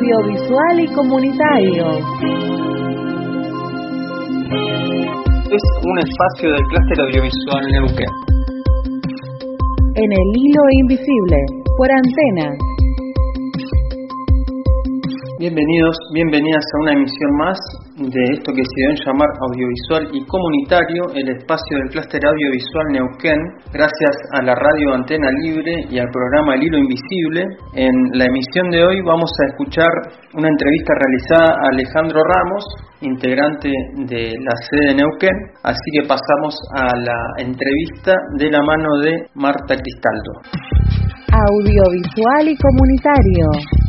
audiovisual y comunitario. Es un espacio del clúster audiovisual Neuquén. En el hilo invisible, por Antena. Bienvenidos, bienvenidas a una emisión más de esto que se dio en llamar audiovisual y comunitario, el espacio del clúster audiovisual Neuquén, gracias a la radio Antena Libre y al programa El Hilo Invisible. En la emisión de hoy vamos a escuchar una entrevista realizada a Alejandro Ramos, integrante de la sede de Neuquén, así que pasamos a la entrevista de la mano de Marta Cristaldo. Audiovisual y comunitario.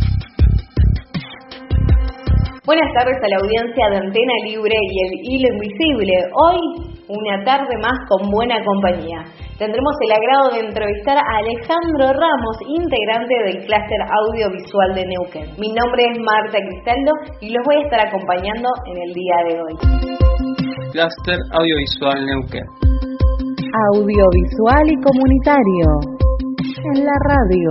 Buenas tardes a la audiencia de Antena Libre y El Hilo Invisible. Hoy, una tarde más con buena compañía. Tendremos el agrado de entrevistar a Alejandro Ramos, integrante del clúster audiovisual de Neuquén. Mi nombre es Marta Cristaldo y los voy a estar acompañando en el día de hoy. Clúster audiovisual Neuquén. Audiovisual y comunitario. En la radio.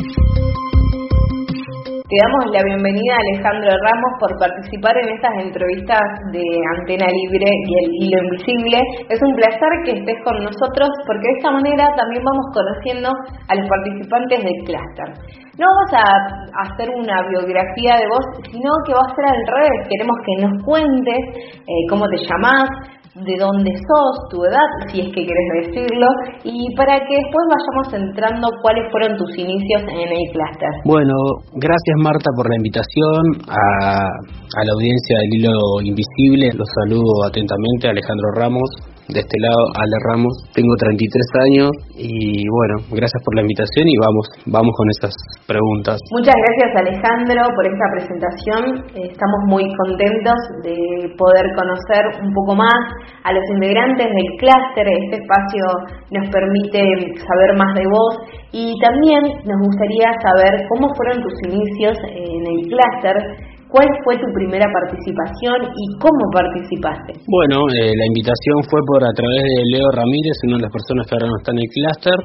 Te damos la bienvenida a Alejandro Ramos por participar en estas entrevistas de Antena Libre y El Hilo Invisible. Es un placer que estés con nosotros porque de esta manera también vamos conociendo a los participantes del clúster. No vamos a hacer una biografía de vos, sino que va a ser al revés. Queremos que nos cuentes cómo te llamás, de dónde sos, tu edad, si es que querés decirlo, y para que después vayamos entrando cuáles fueron tus inicios en el clúster. Bueno, gracias Marta por la invitación a la audiencia del Hilo Invisible. Los saludo atentamente, Alejandro Ramos. De este lado, Ale Ramos. Tengo 33 años y bueno, gracias por la invitación y vamos con esas preguntas. Muchas gracias Alejandro por esta presentación. Estamos muy contentos de poder conocer un poco más a los integrantes del clúster. Este espacio nos permite saber más de vos y también nos gustaría saber cómo fueron tus inicios en el clúster. ¿Cuál fue tu primera participación y cómo participaste? Bueno, la invitación fue a través de Leo Ramírez, una de las personas que ahora no está en el clúster.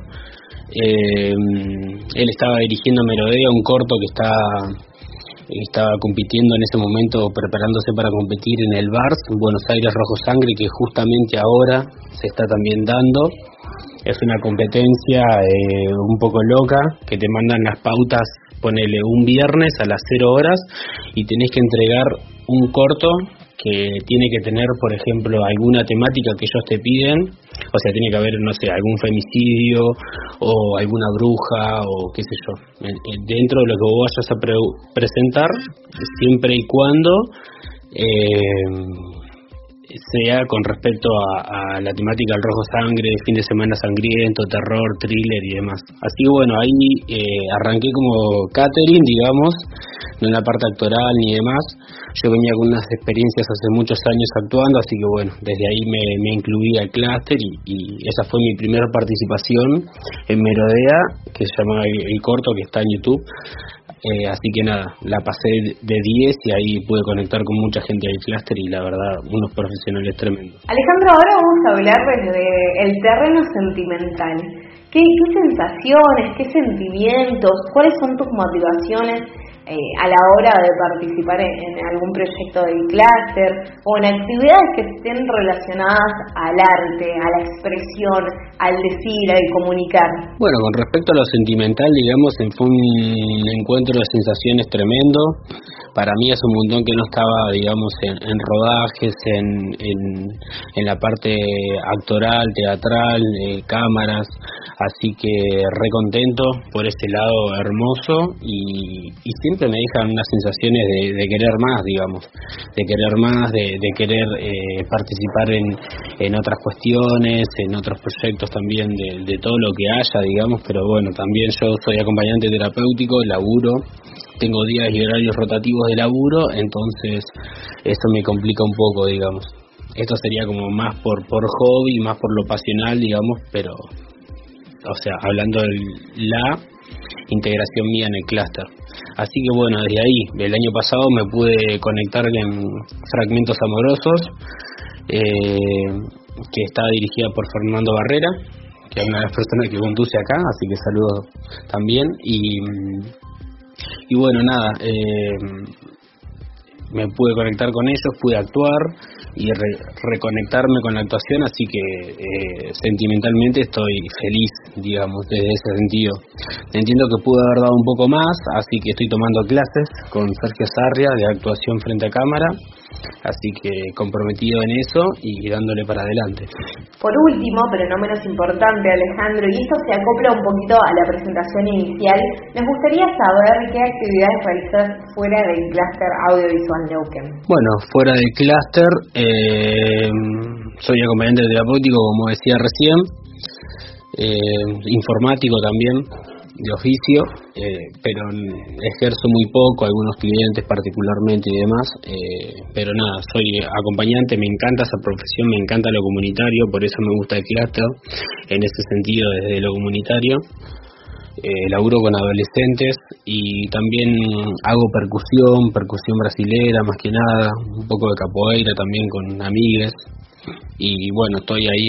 Él estaba dirigiendo Merodea, un corto que estaba compitiendo en ese momento, preparándose para competir en el BARS, Buenos Aires Rojo Sangre, que justamente ahora se está también dando. Es una competencia un poco loca, que te mandan las pautas, ponele un viernes a las 0 horas y tenés que entregar un corto que tiene que tener, por ejemplo, alguna temática que ellos te piden. O sea, tiene que haber, no sé, algún femicidio o alguna bruja o qué sé yo. Dentro de lo que vos vayas a presentar, siempre y cuando sea con respecto a la temática del rojo sangre, fin de semana sangriento, terror, thriller y demás. Así que bueno, ahí arranqué como catering, digamos, no en la parte actoral ni demás. Yo venía con unas experiencias hace muchos años actuando, así que bueno, desde ahí me incluí al clúster y esa fue mi primera participación en Merodea, que se llama El Corto, que está en YouTube. Así que nada, la pasé de 10 y ahí pude conectar con mucha gente del clúster y la verdad, unos profesionales tremendos. Alejandro, ahora vamos a hablar desde el terreno sentimental. ¿Qué sensaciones, qué sentimientos, cuáles son tus motivaciones a la hora de participar en algún proyecto del clúster o en actividades que estén relacionadas al arte, a la expresión, al decir, al comunicar? Bueno, con respecto a lo sentimental, digamos, fue un encuentro de sensaciones tremendo. Para mí hace un montón que no estaba, digamos, en rodajes, en la parte actoral, teatral, cámaras, así que re contento por ese lado hermoso y siempre me dejan unas sensaciones de querer más, digamos, de querer participar en otras cuestiones, en otros proyectos también de todo lo que haya, digamos, pero bueno, también yo soy acompañante terapéutico, laburo, tengo días y horarios rotativos de laburo, entonces eso me complica un poco, digamos. Esto sería como más por hobby, más por lo pasional, digamos, pero, o sea, hablando de la integración mía en el clúster. Así que bueno, desde ahí, el año pasado me pude conectar en Fragmentos Amorosos, que está dirigida por Fernando Barrera, que es una de las personas que conduce acá, así que saludo también. y bueno, nada, me pude conectar con ellos, pude actuar y reconectarme con la actuación, así que sentimentalmente estoy feliz, digamos, desde ese sentido. Entiendo que pude haber dado un poco más, así que estoy tomando clases con Sergio Sarria de actuación frente a cámara, así que comprometido en eso y dándole para adelante. Por último, pero no menos importante, Alejandro, y esto se acopla un poquito a la presentación inicial, nos gustaría saber qué actividades realizas fuera del clúster audiovisual Neuquén. Bueno, fuera del clúster, soy acompañante terapéutico, como decía recién, informático también, de oficio, pero ejerzo muy poco, algunos clientes particularmente y demás, pero nada, soy acompañante, me encanta esa profesión, me encanta lo comunitario, por eso me gusta el clúster, en ese sentido desde lo comunitario. Laburo con adolescentes y también hago percusión brasilera más que nada, un poco de capoeira también con amigues. Y bueno, estoy ahí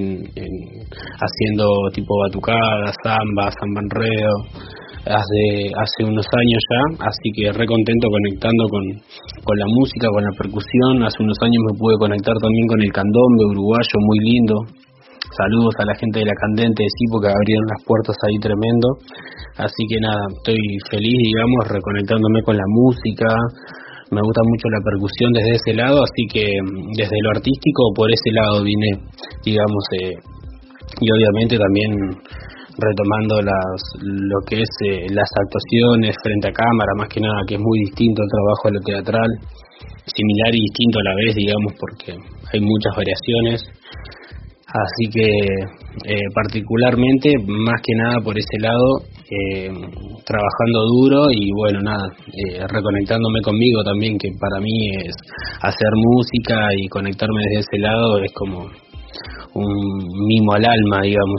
haciendo tipo batucada, samba enredo hace unos años ya, así que re contento conectando con la música, con la percusión. Hace unos años me pude conectar también con el candombe uruguayo, muy lindo. Saludos a la gente de la Candente de Sipo que abrieron las puertas ahí tremendo. Así que nada, estoy feliz, digamos, reconectándome con la música. Me gusta mucho la percusión desde ese lado, así que desde lo artístico por ese lado vine, digamos, y obviamente también retomando lo que es las actuaciones frente a cámara, más que nada, que es muy distinto el trabajo a lo teatral, similar y distinto a la vez, digamos, porque hay muchas variaciones. Así que particularmente, más que nada por ese lado, trabajando duro y bueno, nada, reconectándome conmigo también, que para mí es hacer música y conectarme desde ese lado es como un mimo al alma, digamos.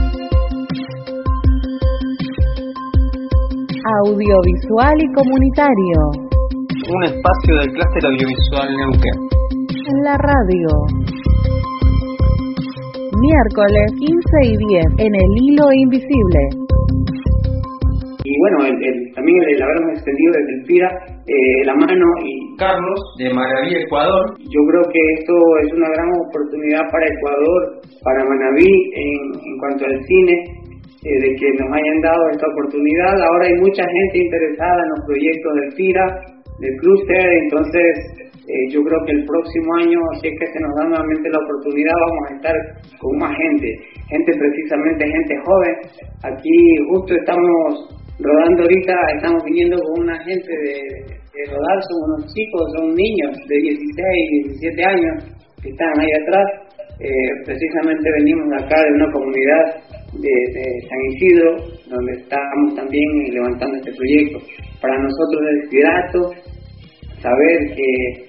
Audiovisual y comunitario. Un espacio del clúster audiovisual Neuquén. En la radio. Miércoles 15 y 10 en el Hilo Invisible. Y bueno, también el habernos extendido desde el FIRA la mano y Carlos de Maraví, Ecuador. Yo creo que esto es una gran oportunidad para Ecuador, para Manabí en cuanto al cine, de que nos hayan dado esta oportunidad. Ahora hay mucha gente interesada en los proyectos del FIRA, del clúster, entonces yo creo que el próximo año, si es que se nos da nuevamente la oportunidad, vamos a estar con más gente precisamente, gente joven. Aquí justo estamos rodando ahorita, estamos viniendo con una gente de rodar, son unos chicos, son niños de 16, 17 años que están ahí atrás. Precisamente venimos de acá de una comunidad de San Isidro, donde estamos también levantando este proyecto. Para nosotros es grato saber que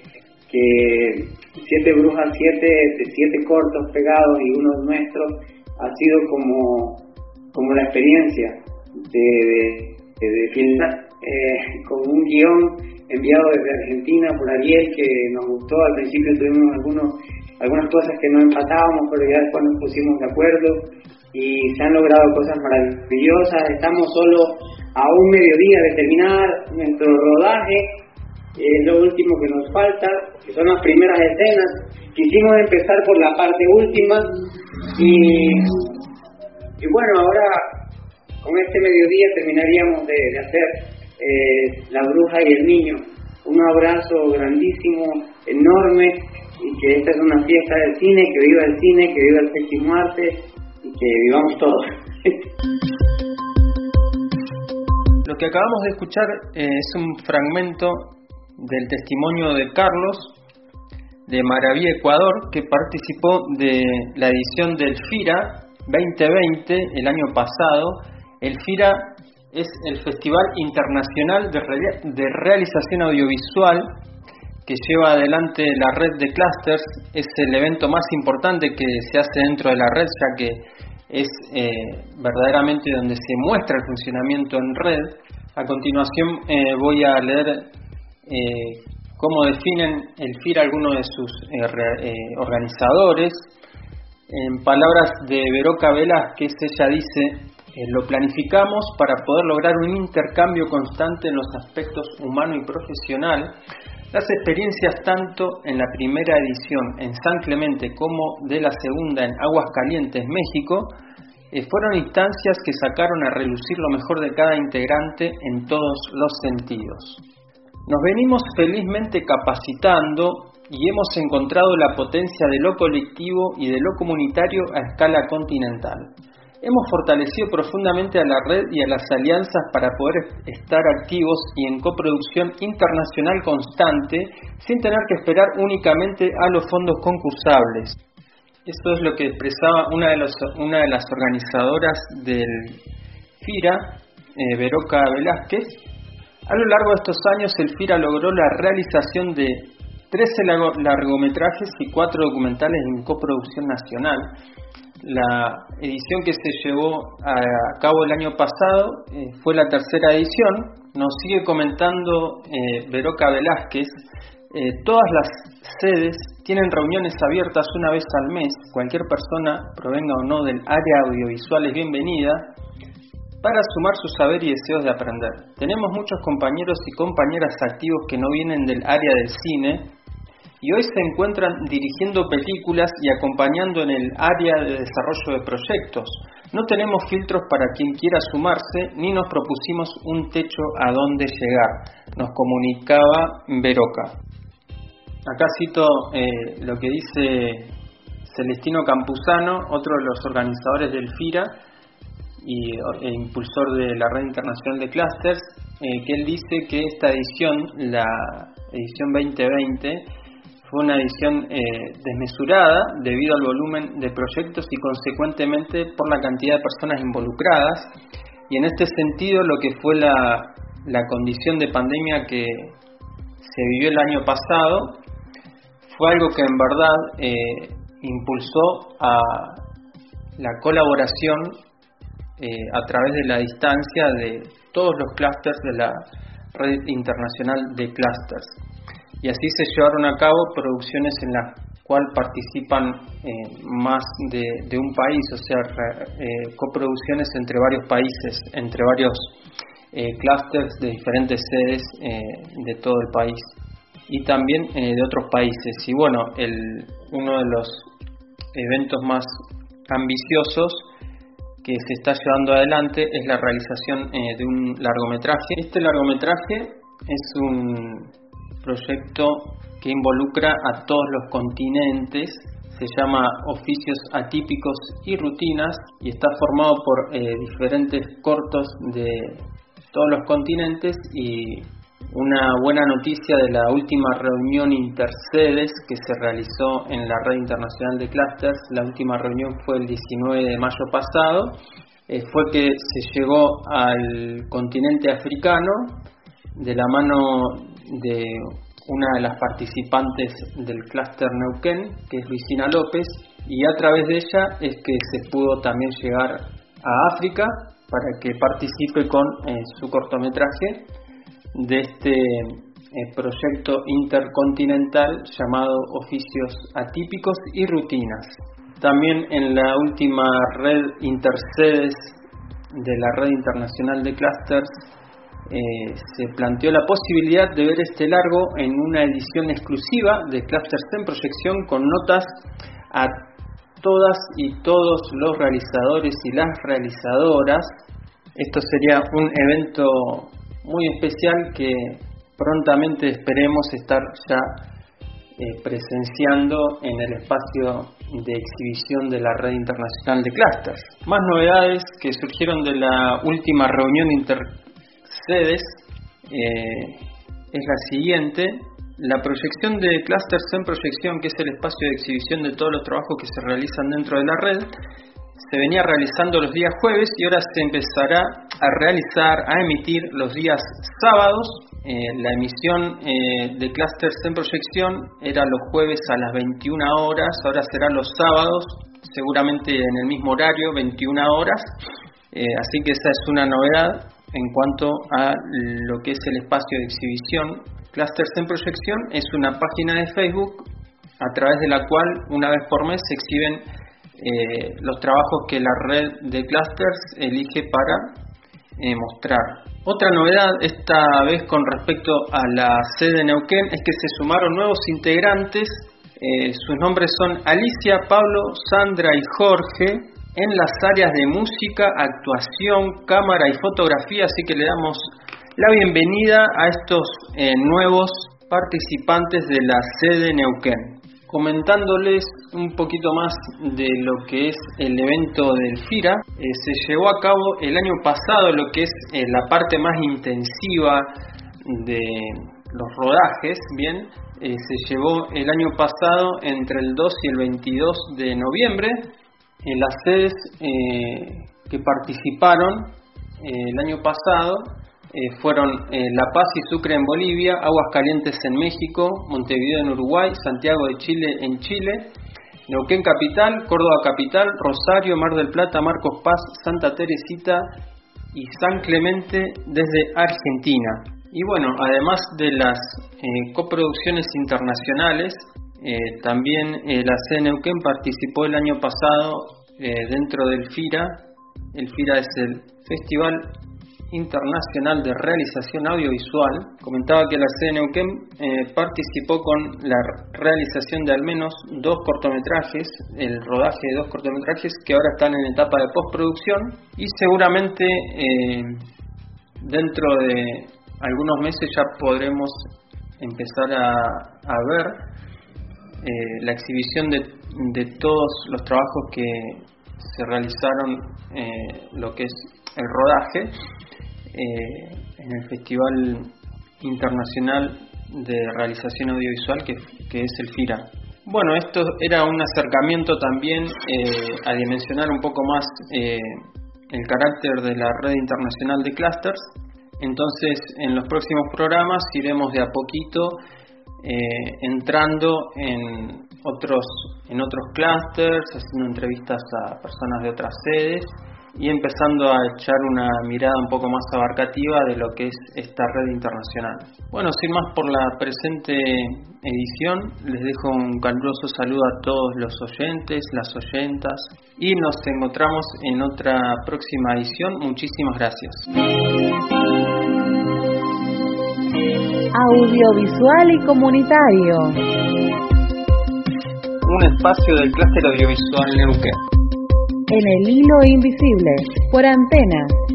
7 brujas, 7 cortos pegados y uno nuestro ha sido como la experiencia de filmar con un guión enviado desde Argentina por Ariel, que nos gustó. Al principio tuvimos algunas cosas que no empatábamos, pero ya después nos pusimos de acuerdo y se han logrado cosas maravillosas. Estamos solo a un mediodía de terminar nuestro rodaje. Es lo último que nos falta, que son las primeras escenas. Quisimos empezar por la parte última y bueno, ahora con este mediodía terminaríamos de hacer La Bruja y el Niño. Un abrazo grandísimo, enorme, y que esta es una fiesta del cine, que viva el cine, que viva el séptimo arte y que vivamos todos. Lo que acabamos de escuchar es un fragmento del testimonio de Carlos de Maraví, Ecuador, que participó de la edición del FIRA 2020 el año pasado. El FIRA es el Festival Internacional de Realización Audiovisual que lleva adelante la red de clústers. Es el evento más importante que se hace dentro de la red, ya que es verdaderamente donde se muestra el funcionamiento en red. A continuación voy a leer cómo definen el FIRA algunos de sus organizadores. En palabras de Veroca Velázquez, ella dice: Lo planificamos para poder lograr un intercambio constante en los aspectos humano y profesional. Las experiencias tanto en la primera edición en San Clemente como de la segunda en Aguascalientes, México, fueron instancias que sacaron a relucir lo mejor de cada integrante en todos los sentidos. Nos venimos felizmente capacitando y hemos encontrado la potencia de lo colectivo y de lo comunitario a escala continental. Hemos fortalecido profundamente a la red y a las alianzas para poder estar activos y en coproducción internacional constante sin tener que esperar únicamente a los fondos concursables. Esto es lo que expresaba una de las organizadoras del FIRA, Veroca Velázquez. A lo largo de estos años el FIRA logró la realización de 13 largometrajes y 4 documentales en coproducción nacional. La edición que se llevó a cabo el año pasado fue la tercera edición. Nos sigue comentando Veroca Velázquez. Todas las sedes tienen reuniones abiertas una vez al mes. Cualquier persona, provenga o no del área audiovisual, es bienvenida para sumar su saber y deseos de aprender. Tenemos muchos compañeros y compañeras activos que no vienen del área del cine y hoy se encuentran dirigiendo películas y acompañando en el área de desarrollo de proyectos. No tenemos filtros para quien quiera sumarse, ni nos propusimos un techo a donde llegar, nos comunicaba Veroca. Acá cito lo que dice Celestino Campuzano, otro de los organizadores del FIRA e impulsor de la Red Internacional de Clusters, que él dice que esta edición, la edición 2020, fue una edición desmesurada debido al volumen de proyectos y consecuentemente por la cantidad de personas involucradas, y en este sentido lo que fue la condición de pandemia que se vivió el año pasado fue algo que en verdad impulsó a la colaboración a través de la distancia de todos los clústeres de la Red Internacional de Clusters. Y así se llevaron a cabo producciones en las cuales participan más de un país, o sea, coproducciones entre varios países, entre varios clústeres de diferentes sedes de todo el país y también de otros países. Y bueno, uno de los eventos más ambiciosos que se está llevando adelante es la realización de un largometraje. Este largometraje es un proyecto que involucra a todos los continentes, se llama Oficios Atípicos y Rutinas y está formado por diferentes cortos de todos los continentes. Y una buena noticia de la última reunión intersedes que se realizó en la Red Internacional de Clusters, la última reunión fue el 19 de mayo pasado, fue que se llegó al continente africano de la mano de una de las participantes del clúster Neuquén, que es Luisina López, y a través de ella es que se pudo también llegar a África para que participe con su cortometraje de este proyecto intercontinental llamado Oficios Atípicos y Rutinas. También en la última red intersedes de la Red Internacional de Clusters se planteó la posibilidad de ver este largo en una edición exclusiva de Clusters en Proyección con notas a todas y todos los realizadores y las realizadoras. Esto sería un evento muy especial que prontamente esperemos estar ya presenciando en el espacio de exhibición de la Red Internacional de Clusters. Más novedades que surgieron de la última reunión intersedes es la siguiente. La proyección de Clusters en Proyección, que es el espacio de exhibición de todos los trabajos que se realizan dentro de la red, se venía realizando los días jueves y ahora se empezará a emitir los días sábados. La emisión de Clusters en Proyección era los jueves a las 21 horas, ahora será los sábados, seguramente en el mismo horario, 21 horas. Así que esa es una novedad en cuanto a lo que es el espacio de exhibición. Clusters en Proyección es una página de Facebook a través de la cual una vez por mes se exhiben los trabajos que la red de clusters elige para mostrar. Otra novedad, esta vez con respecto a la sede Neuquén, es que se sumaron nuevos integrantes. Sus nombres son Alicia, Pablo, Sandra y Jorge en las áreas de música, actuación, cámara y fotografía, así que le damos la bienvenida a estos nuevos participantes de la sede Neuquén. Comentándoles un poquito más de lo que es el evento del FIRA, se llevó a cabo el año pasado lo que es la parte más intensiva de los rodajes, bien, se llevó el año pasado entre el 2 y el 22 de noviembre. Las sedes que participaron el año pasado fueron La Paz y Sucre en Bolivia, Aguascalientes en México, Montevideo en Uruguay, Santiago de Chile en Chile, Neuquén Capital, Córdoba Capital, Rosario, Mar del Plata, Marcos Paz, Santa Teresita y San Clemente desde Argentina. Y bueno, además de las coproducciones internacionales, también la sede Neuquén participó el año pasado dentro del FIRA. El FIRA es el Festival Internacional de Realización Audiovisual. Comentaba que la sede Neuquén participó con la realización de al menos 2 cortometrajes, el rodaje de 2 cortometrajes que ahora están en etapa de postproducción, y seguramente dentro de algunos meses ya podremos empezar a ver la exhibición de todos los trabajos que se realizaron, lo que es el rodaje, en el Festival Internacional de Realización Audiovisual que es el FIRA. Bueno, esto era un acercamiento también a dimensionar un poco más el carácter de la red internacional de clusters. Entonces, en los próximos programas iremos de a poquito entrando en otros clusters, haciendo entrevistas a personas de otras sedes y empezando a echar una mirada un poco más abarcativa de lo que es esta red internacional. Bueno, sin más por la presente edición, les dejo un caluroso saludo a todos los oyentes, las oyentas, y nos encontramos en otra próxima edición. Muchísimas gracias. Audiovisual y comunitario. Un espacio del clúster audiovisual Neuquén. En el hilo invisible, por Antena